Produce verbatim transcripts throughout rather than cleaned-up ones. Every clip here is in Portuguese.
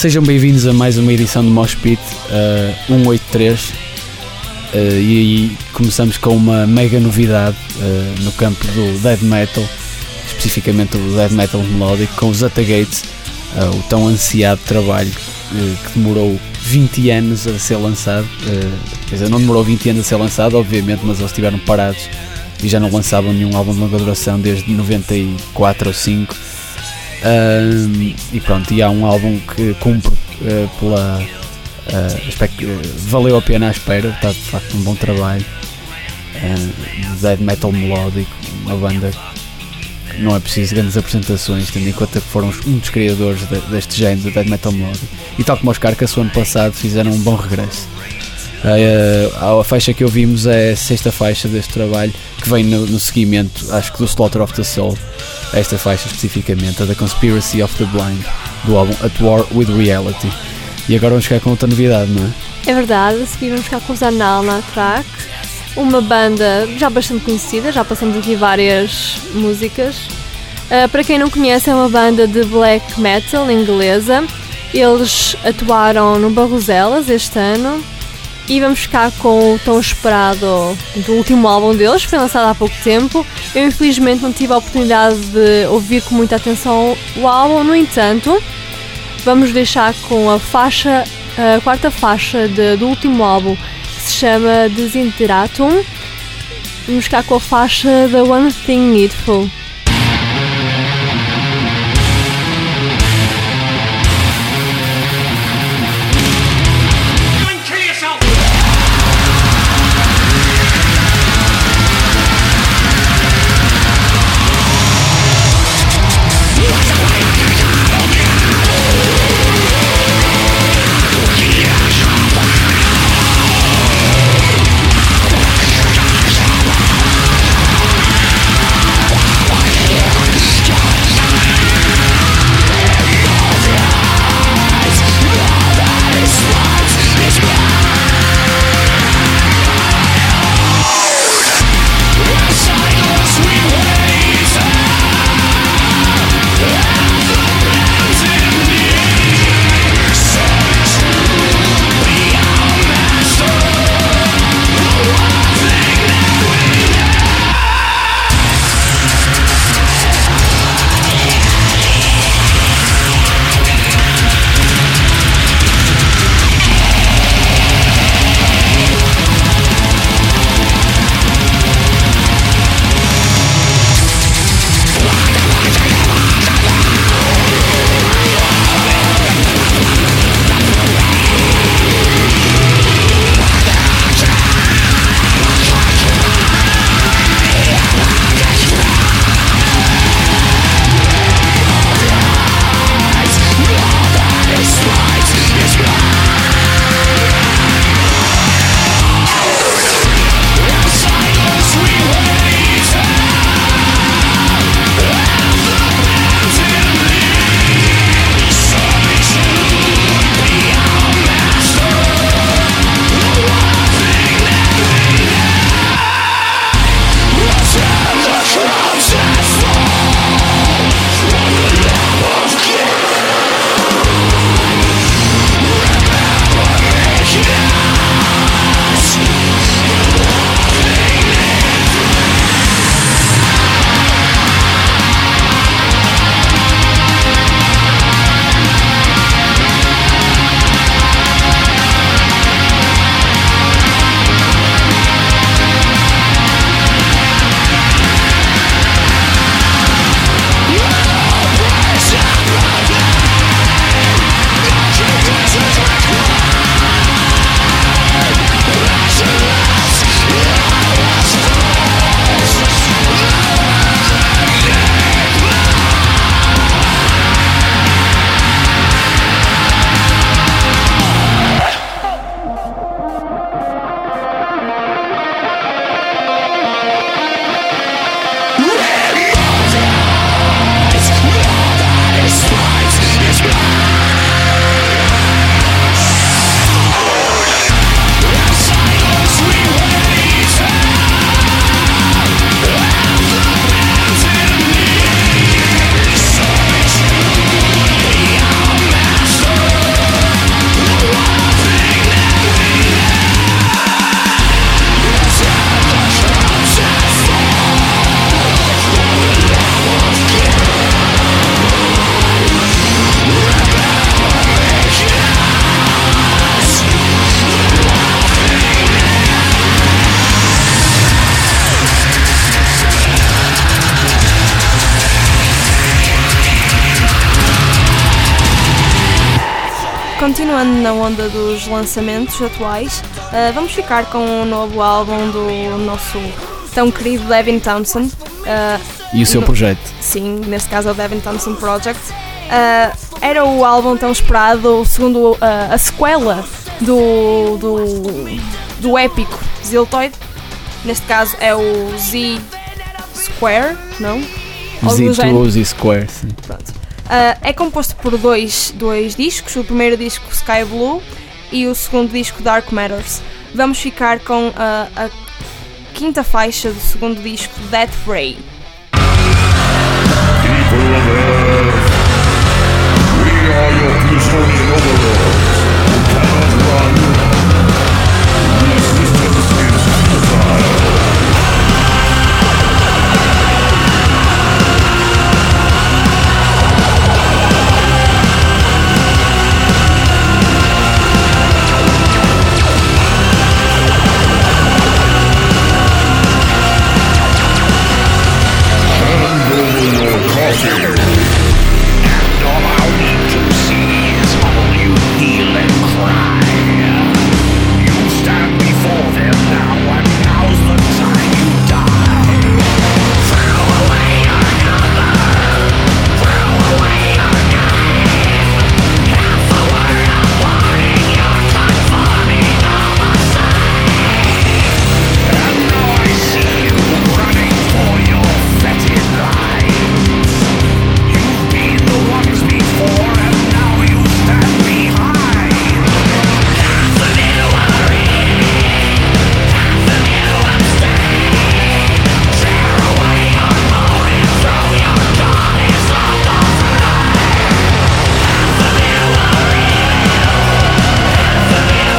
Sejam bem-vindos a mais uma edição do Mosh Pit uh, cento e oitenta e três uh, e aí começamos com uma mega novidade uh, no campo do Death Metal, especificamente o Death Metal melódico, com os At The Gates, uh, o tão ansiado trabalho uh, que demorou vinte anos a ser lançado, uh, quer dizer, não demorou vinte anos a ser lançado, obviamente, mas eles estiveram parados e já não lançavam nenhum álbum de longa duração desde noventa e quatro ou cinco. Uh, e pronto, e há um álbum que cumpre uh, pela uh, aspecto, uh, valeu a pena à espera, está de facto um bom trabalho uh, de death metal melódico, uma banda que não é preciso grandes apresentações, tendo em conta que foram um dos criadores de, deste género de death metal melódico, e tal como os Carcass, o ano passado fizeram um bom regresso. Uh, a faixa que ouvimos é a sexta faixa deste trabalho, que vem no, no seguimento, acho que do Slaughter of the Soul, esta faixa especificamente, a The Conspiracy of the Blind, do álbum At War with Reality. E agora vamos ficar com outra novidade, não é? É verdade, a seguir vamos ficar com os Anal na track, uma banda já bastante conhecida, já passamos aqui várias músicas. Uh, para quem não conhece, é uma banda de black metal inglesa. Eles atuaram no Barroselas este ano. E vamos ficar com o tão esperado do último álbum deles, que foi lançado há pouco tempo. Eu infelizmente não tive a oportunidade de ouvir com muita atenção o álbum, no entanto, vamos deixar com a faixa, a quarta faixa de, do último álbum, que se chama Desideratum. Vamos ficar com a faixa The One Thing Needful. Wow. continuando na onda dos lançamentos atuais, uh, vamos ficar com um novo álbum do nosso tão querido Devin Townsend. Uh, e o seu no, projeto? Sim, neste caso é o Devin Townsend Project. Uh, era o álbum tão esperado, segundo uh, a sequela do, do, do épico Ziltoid. Neste caso é o Z Square, não? Z ou Z Square, sim. Pronto. Uh, é composto por dois, dois discos, o primeiro disco Sky Blue e o segundo disco Dark Matters. Vamos ficar com uh, a quinta faixa do segundo disco Death Ray. People of Earth, we are your Plutonian overlords who cannot run. Your resistance is futile. And all I need to see is all you feel and cry. You stand before them now, and now's the time you die. Throw away your number, throw away your name. Half a word of warning, you're conforming all the same. And now I see you running for your fetid life. Before and now you stand behind. Half of you are in, half of you abstain. Tear away your motive, throw your bodies on the flame. Half of you are real, half of you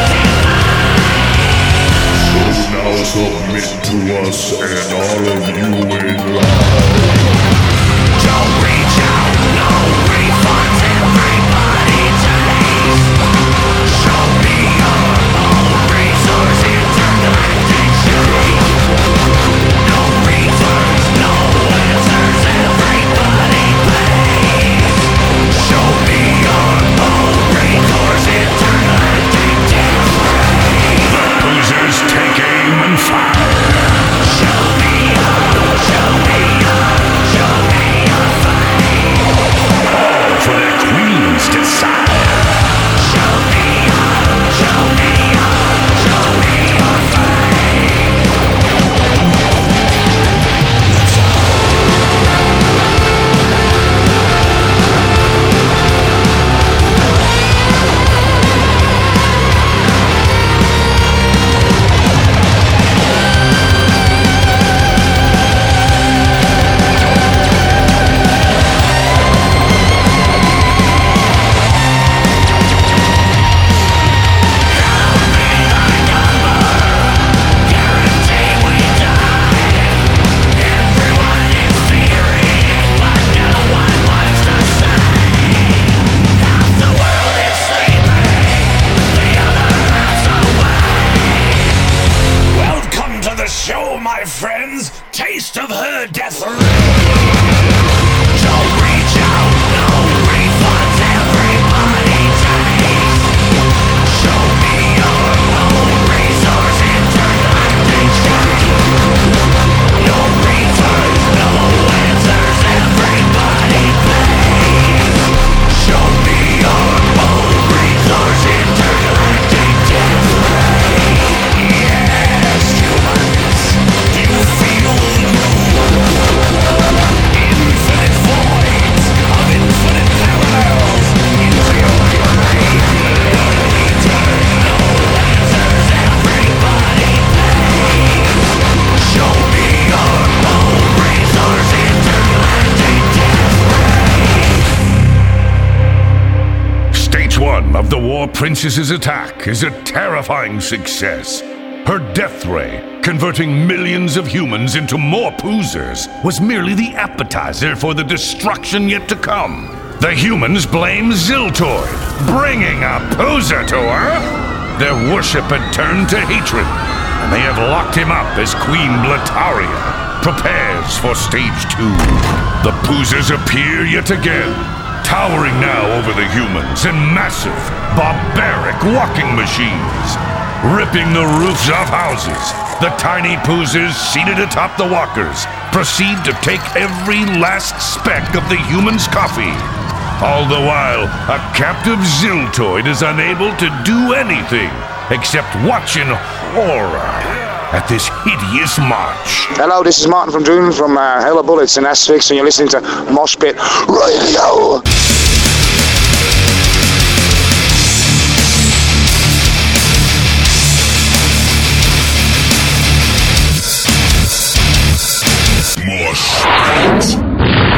divine. So now submit to us and all of you in line. Don't reach out, no refunds, everybody takes. Show me your own resource, intergalactic shake. No returns, no answers, everybody pays. Show me your own resource, intergalactic death ray. The Poozers take aim and fire. Show me your, show me your, show me your fight. All for their queen's desire. Show me your, show me your, show me your fight. Welcome to the show, my friends. Taste of her death ray. Don't reach out, no refunds, everybody takes. Show me your own resource, intergalactic shake. No returns, no answers, everybody pays. Show me your own resource, intergalactic death ray. Yes, humans, do you feel the infinite voids of infinite parallels into your brain? No return, no answers, everybody pays. Show me your own resource, intergalactic death ray. Stage one of the War Princess's attack is a terrifying success. Her death ray, converting millions of humans into more Poozers, was merely the appetizer for the destruction yet to come. The humans blame Ziltoid, bringing a Poozer to her. Their worship had turned to hatred, and they have locked him up as Queen Blataria prepares for stage two. The Poozers appear yet again, towering now over the humans in massive, barbaric walking machines, ripping the roofs off houses. The tiny poozers seated atop the walkers proceed to take every last speck of the human's coffee. All the while, a captive Ziltoid is unable to do anything except watch in horror at this hideous march. Hello, this is Martin from Doom from uh, Hell of Bullets in Asphyx, and you're listening to Mosh Pit Radio. Mosh Pit.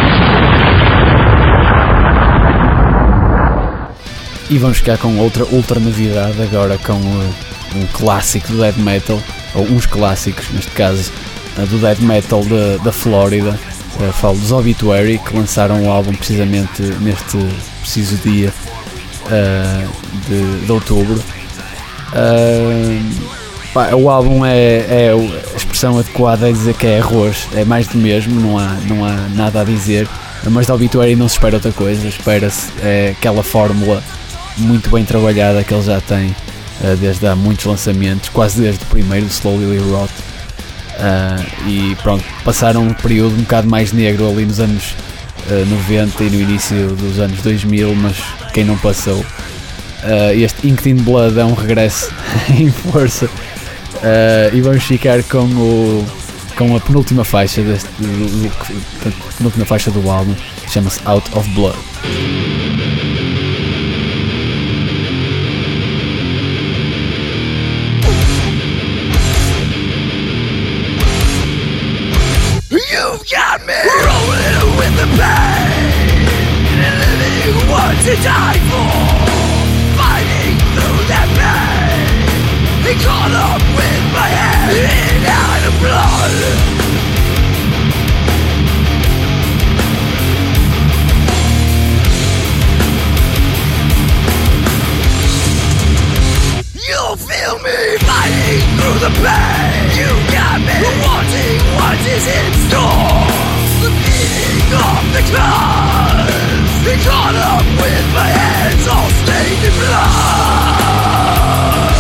E vamos ficar com outra ultra novidade agora, com uh, um clássico do death metal, ou uns clássicos neste caso, uh, do death metal de, da Flórida. Uh, falo dos Obituary, que lançaram o álbum precisamente neste preciso dia uh, de, de outubro. Uh, pá, o álbum é, é a expressão adequada, é dizer que é arroz, é mais do mesmo, não há, não há nada a dizer, mas da Obituary não se espera outra coisa, espera-se é, aquela fórmula muito bem trabalhada que ele já tem uh, desde há muitos lançamentos, quase desde o primeiro, do Slowly Rot, uh, e pronto, passaram um período um bocado mais negro ali nos anos uh, noventa e no início dos anos dois mil, mas quem não passou, uh, este Inked in Blood é um regresso em força, uh, e vamos ficar com, o, com a penúltima faixa deste, do, do, a penúltima faixa do álbum, chama-se Out of Blood. You've got me rolling with the pain, living what to die for, fighting through that pain, caught up with my head in out of blood. You feel me fighting through the pain. You got me wanting what is in store. The beating of the cars, caught up with my hands all stained in blood.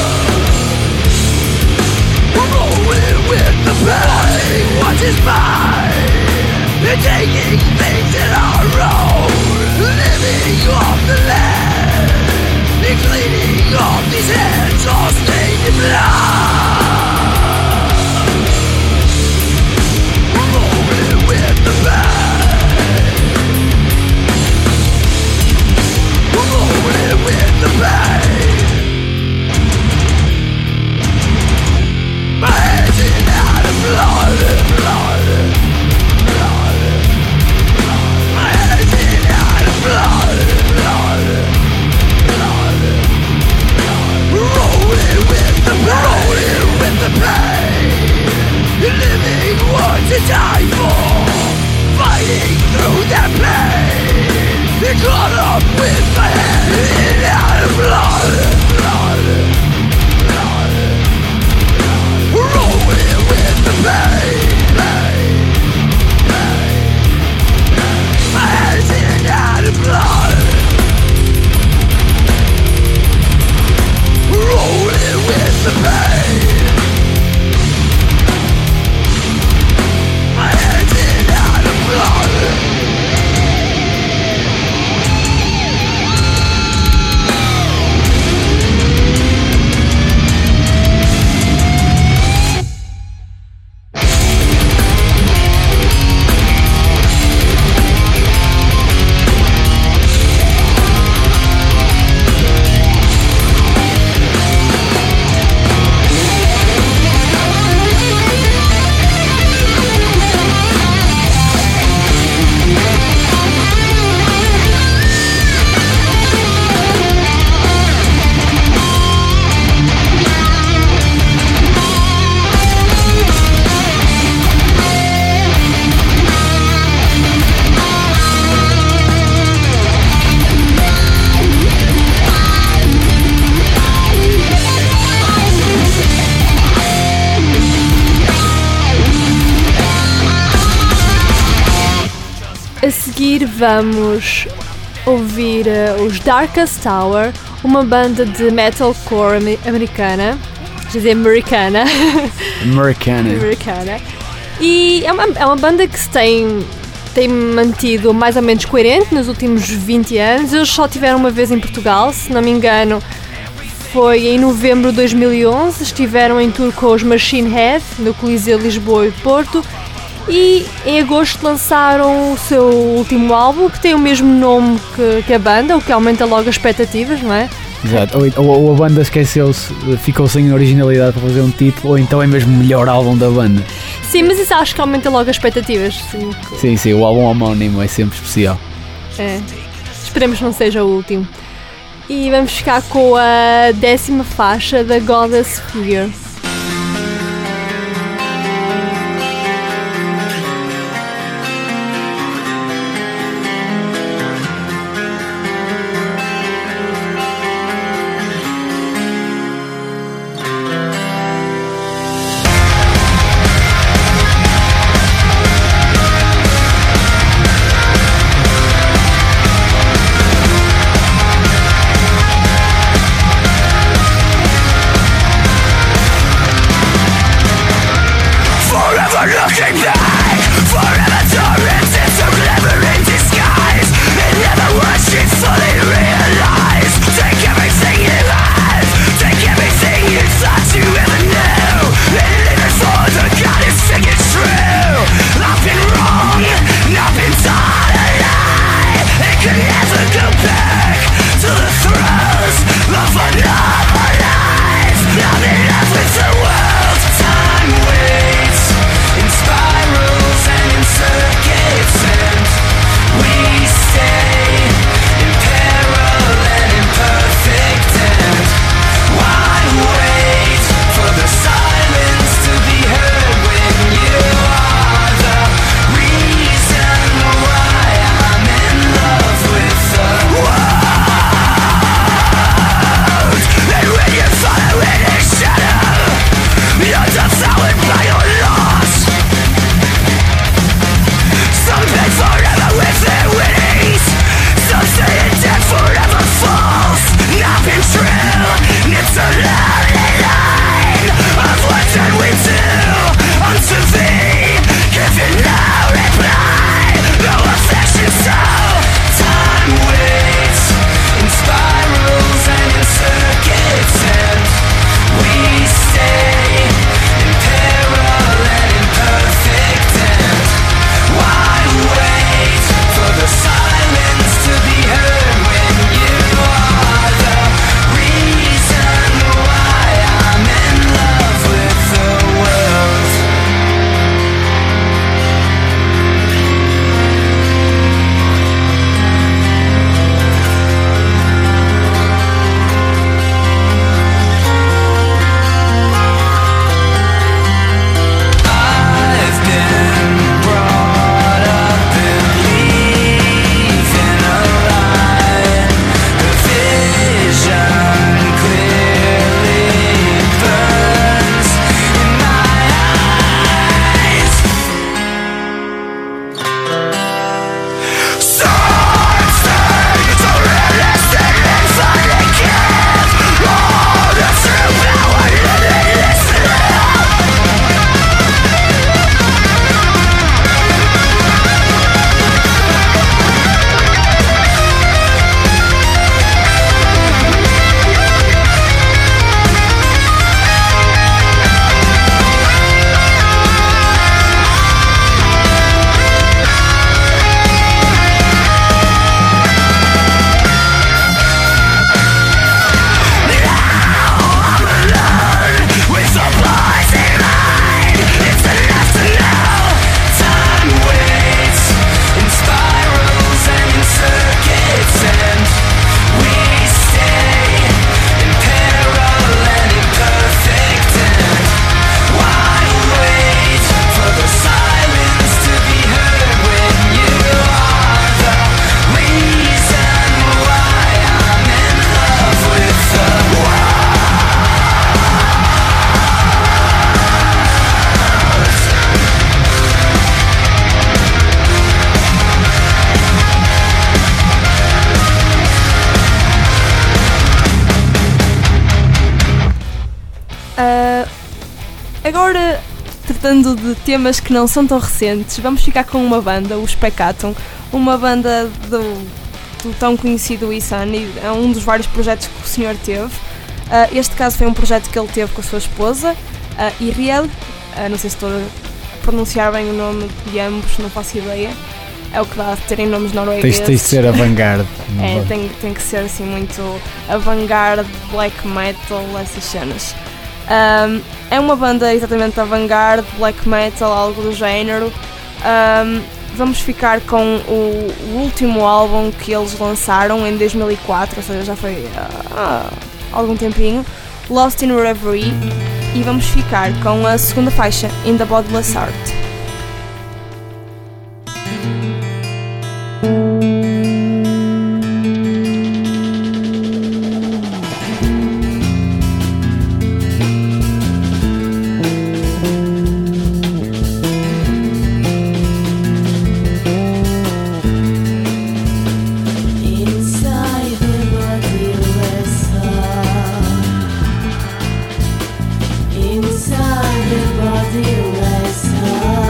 Rolling with the pain, wanting what is mine, taking things in our own, living off the land, cleaning off these hands all stained in blood. Rolling with the pain, rolling with the pain. My hands in out of blood, blood, blood. My hands in out of blood, blood. Rolling with the pain, rolling with the pain, living what to die for, fighting through that pain, caught up with my head in out of blood, blood, blood. Rolling with the pain, pain, pain. My hands in out of blood. Rolling with the pain. My hands in out of blood. A seguir vamos ouvir uh, os Darkest Hour, uma banda de metalcore am- americana, quer dizer, americana. Americana. americana. E é uma, é uma banda que se tem, tem mantido mais ou menos coerente nos últimos vinte anos. Eles só tiveram uma vez em Portugal, se não me engano, foi em novembro de dois mil e onze. Estiveram em tour com os Machine Head no Coliseu de Lisboa e Porto. E em agosto lançaram o seu último álbum, que tem o mesmo nome que, que a banda, o que aumenta logo as expectativas, não é? Exato, ou, ou, ou a banda esqueceu-se, ficou sem originalidade para fazer um título, ou então é mesmo o melhor álbum da banda. Sim, mas isso acho que aumenta logo as expectativas. Sim, sim, sim, o álbum homónimo é sempre especial. É, esperemos que não seja o último. E vamos ficar com a décima faixa da Goddess Fear. Looking back, forever tormented to glimmer in disguise. In other words, she fully realized. Take everything you had, take everything you thought you ever knew, and leave it for the goddess to get true. I've been wrong, I've been taught a lie. It could never go back to the throes of another life. I've been left with the world. Time waits in spirals and in circles. agora, tratando de temas que não são tão recentes, vamos ficar com uma banda, o Spectatum, uma banda do, do tão conhecido Ihsahn, é um dos vários projetos que o senhor teve. Uh, este caso foi um projeto que ele teve com a sua esposa, uh, Iriel, uh, não sei se estou a pronunciar bem o nome de ambos, não faço ideia, é o que dá a terem nomes noruegueses. Tens, tens de ser avant-garde. É, tem, tem que ser assim muito avant-garde, black metal, essas cenas. Um, é uma banda exatamente avant-garde, black metal, algo do género. Um, vamos ficar com o, o último álbum que eles lançaram em dois mil e quatro, ou seja, já foi uh, há algum tempinho, Lost in Reverie, e vamos ficar com a segunda faixa, In the Bodiless Heart. Inside the body, less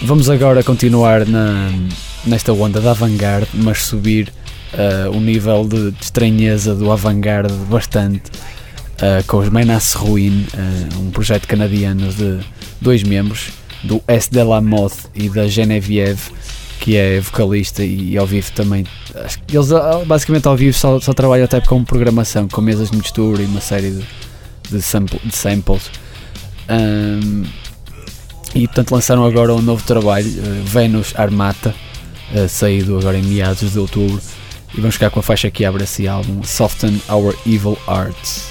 Vamos agora continuar na, nesta onda da avant-garde, mas subir uh, o nível de, de estranheza do avant-garde bastante, uh, com os Menace Ruin, uh, um projeto canadiano de dois membros, do S. de la Mode e da Genevieve, que é vocalista e, e ao vivo também. Acho que eles basicamente ao vivo só, só trabalham até com programação, com mesas de mistura e uma série de, de, sample, de samples. Um, e portanto lançaram agora um novo trabalho, uh, Venus Armata, uh, saído agora em meados de outubro, e vamos ficar com a faixa que abre esse álbum, Soften Our Evil Arts.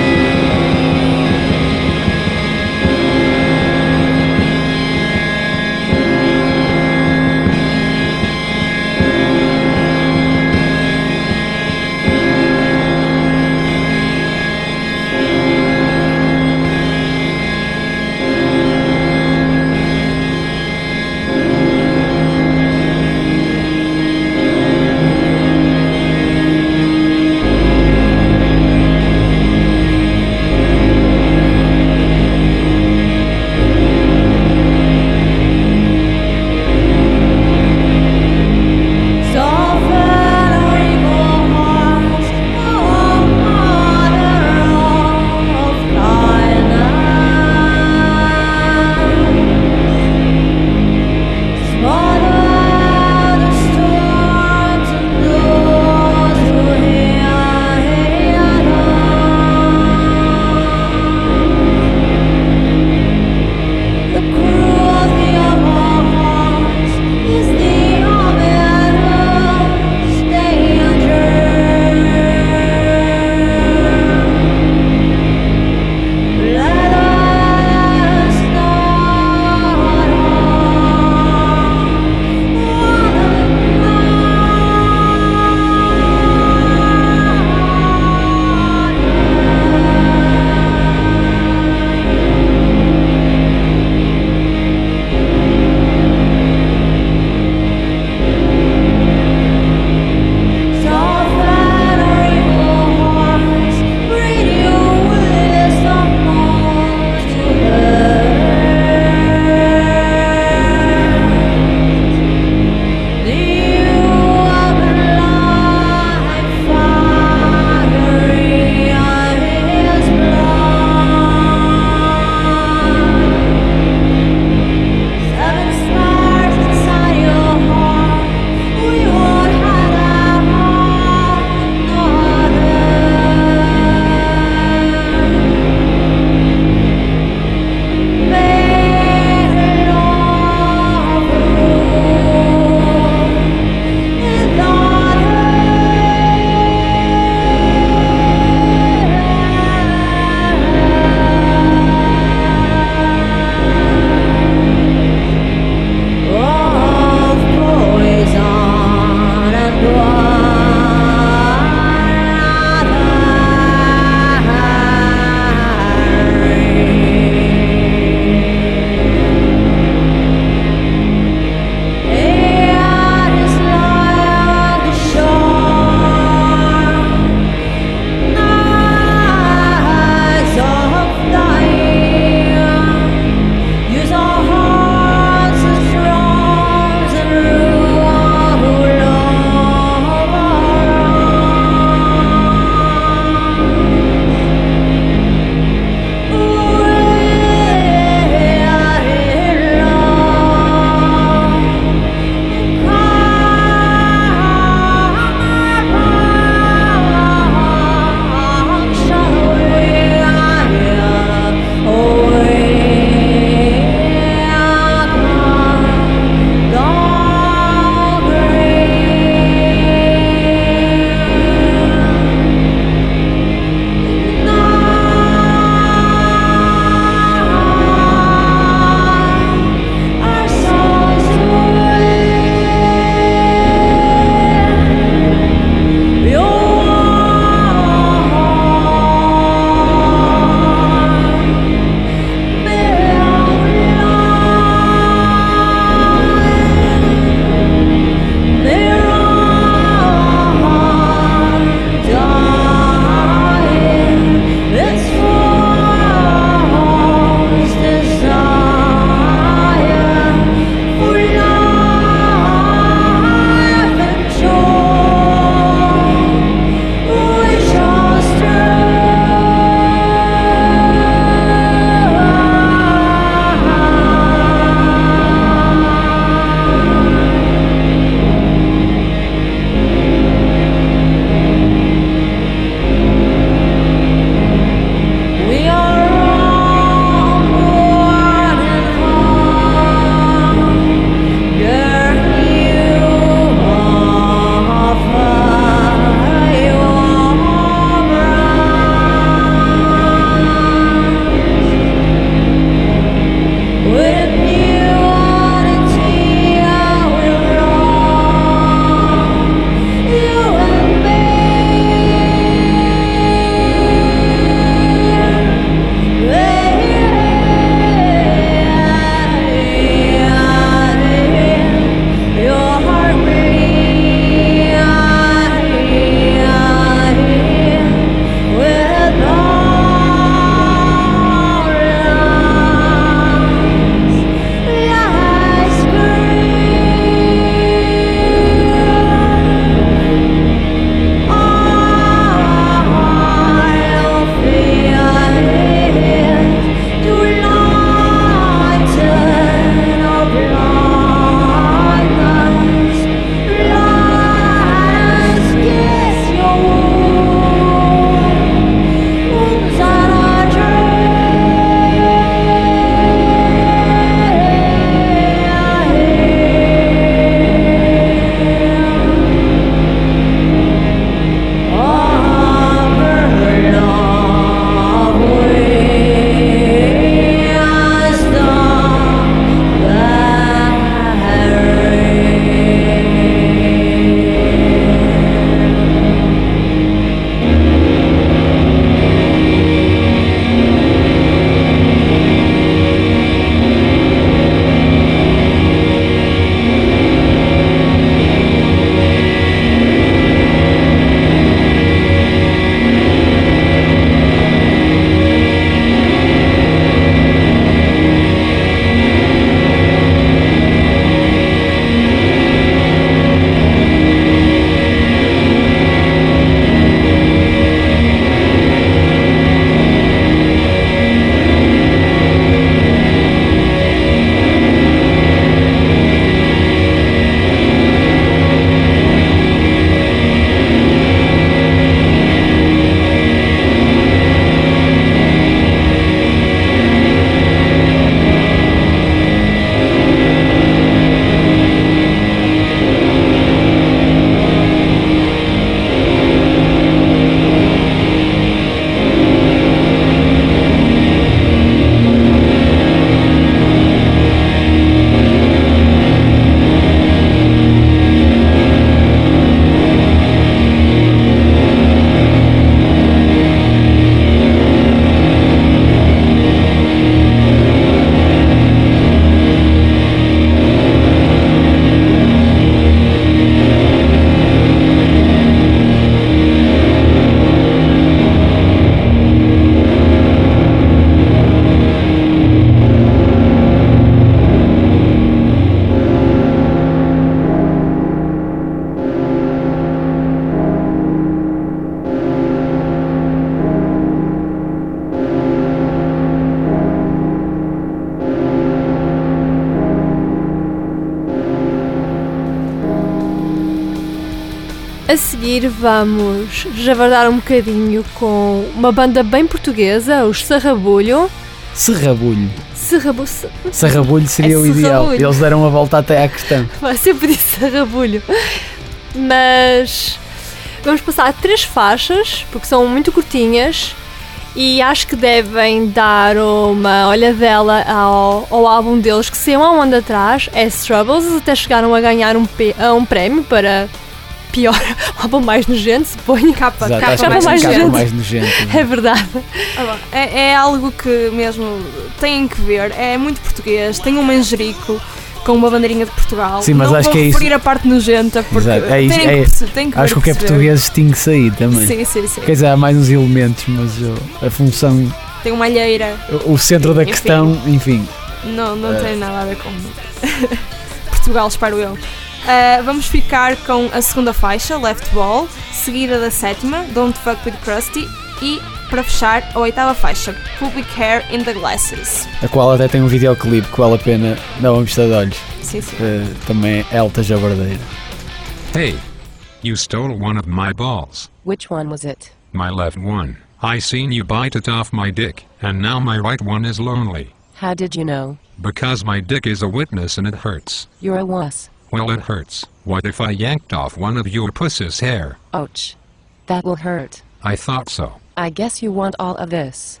A seguir vamos javardar um bocadinho com uma banda bem portuguesa, os Sarrabulho. Serrabulho. Serrabu... Serrabulho seria É o ideal. serrabulho. Eles deram a volta até à questão. Vai sempre disse Sarrabulho. Mas vamos passar três faixas, porque são muito curtinhas e acho que devem dar uma olhadela ao, ao álbum deles que saiu há um ano atrás, S Troubles. Eles até chegaram a ganhar um, pe- um prémio para pior, o álbum mais nojento, suponho. Capa, Exato, capa acho que mais é um mais bocado nojento. mais nojento. É verdade. Ah, bom, É, é algo que mesmo têm que ver. É muito português. Tem um manjerico com uma bandeirinha de Portugal. Sim, mas não acho vou que é isso. referir a parte nojenta porque Exato, é isso, tem, é- que, perce- tem que Acho que o que é perceber. português tinha que sair também. Sim, sim, sim. Quer dizer, há mais uns elementos, mas uh, a função, Tem uma alheira. o o centro da Enfim. questão, enfim. Não, não É. tem nada a ver com Portugal, espero eu. Ah, vamos ficar com a segunda faixa, Left Ball, seguida da sétima, Don't Fuck With Krusty, e para fechar a oitava faixa, Public Hair in the Glasses. A qual até tem um videoclipe que vale a pena dar uma vista de olhos. Sim, sim. Uh, também é alta jabardeira. Hey. You stole one of my balls. Which one was it? My left one. I seen you bite it off my dick, and now my right one is lonely. How did you know? Because my dick is a witness and it hurts. You're a wuss. Well, it hurts. What if I yanked off one of your pussy's hair? Ouch. That will hurt. I thought so. I guess you want all of this.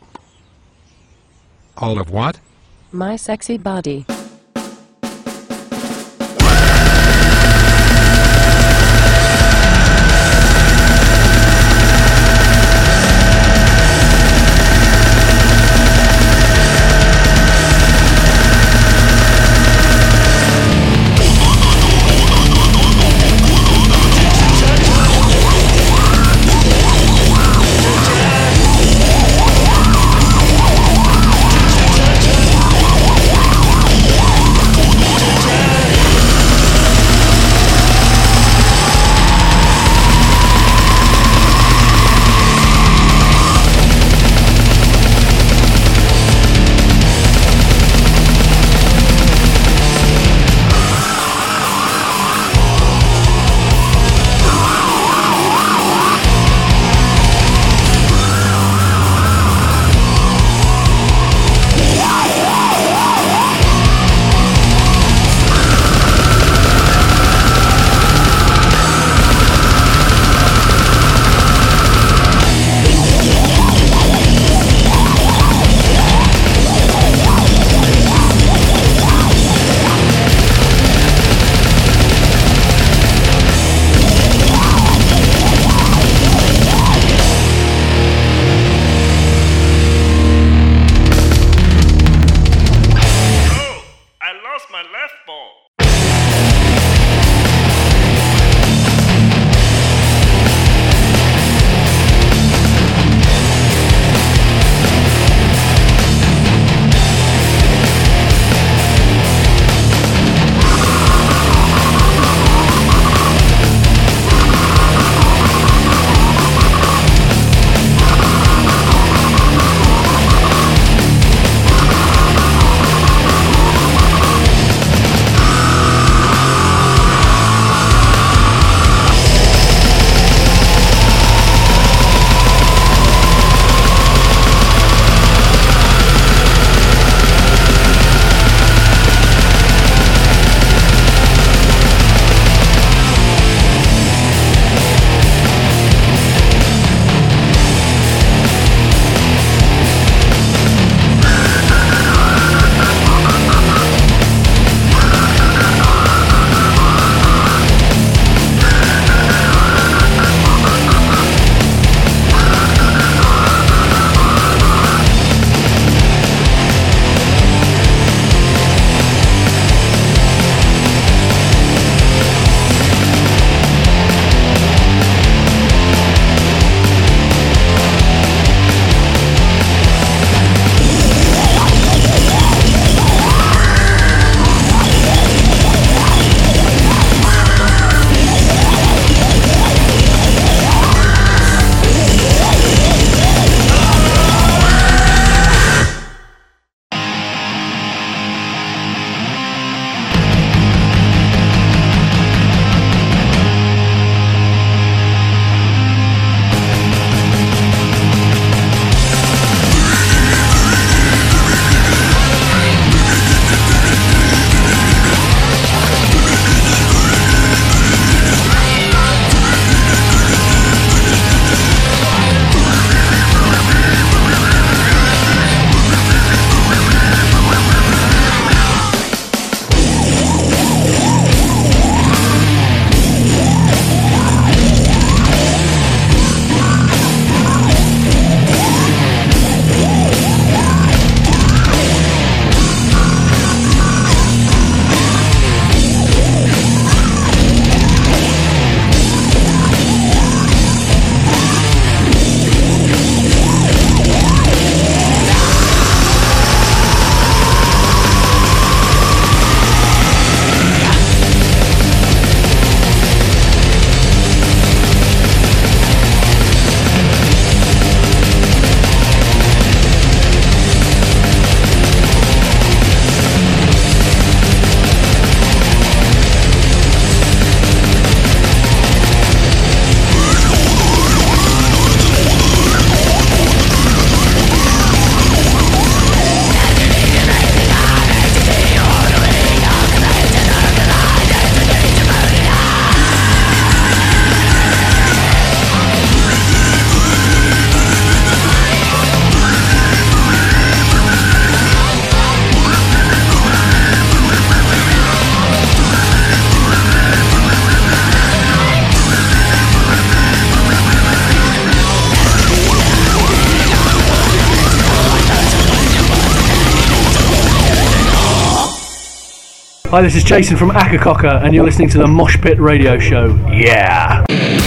All of what? My sexy body. Hi, this is Jason from Akakoka, and you're listening to the Mosh Pit Radio Show. Yeah!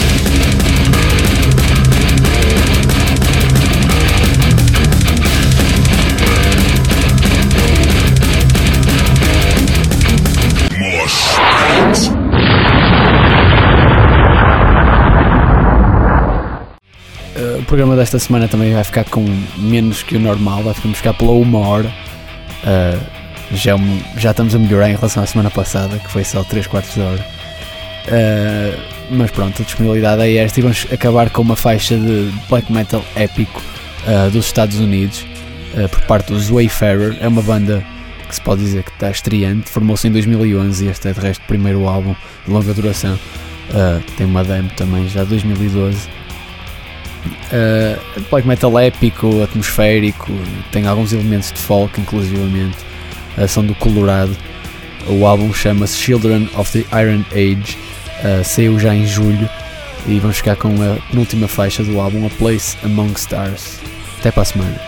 Uh, o programa desta semana também vai ficar com menos que o normal, vai ficar pela uma hora. Uh, já, já estamos a melhorar em relação à semana passada, que foi só três quartos de hora. Uh, mas pronto, a disponibilidade é esta e vamos acabar com uma faixa de black metal épico uh, dos Estados Unidos, uh, por parte dos Wayfarer. É uma banda que se pode dizer que está estreante, formou-se em dois mil e onze e este é de resto o primeiro álbum de longa duração. Uh, tem uma demo também já de dois mil e doze. Uh, black metal épico, atmosférico, tem alguns elementos de folk inclusivamente. Uh, são do Colorado. O álbum chama-se Children of the Iron Age, uh, saiu já em julho e vamos ficar com a penúltima faixa do álbum, A Place Among Stars. Até para a semana.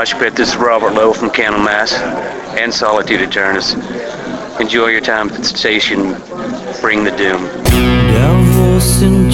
Mosh Pit. This is Robert Lowe from Candlemass and Solitude Eternus. Enjoy your time at the station. Bring the doom. Der Wurst in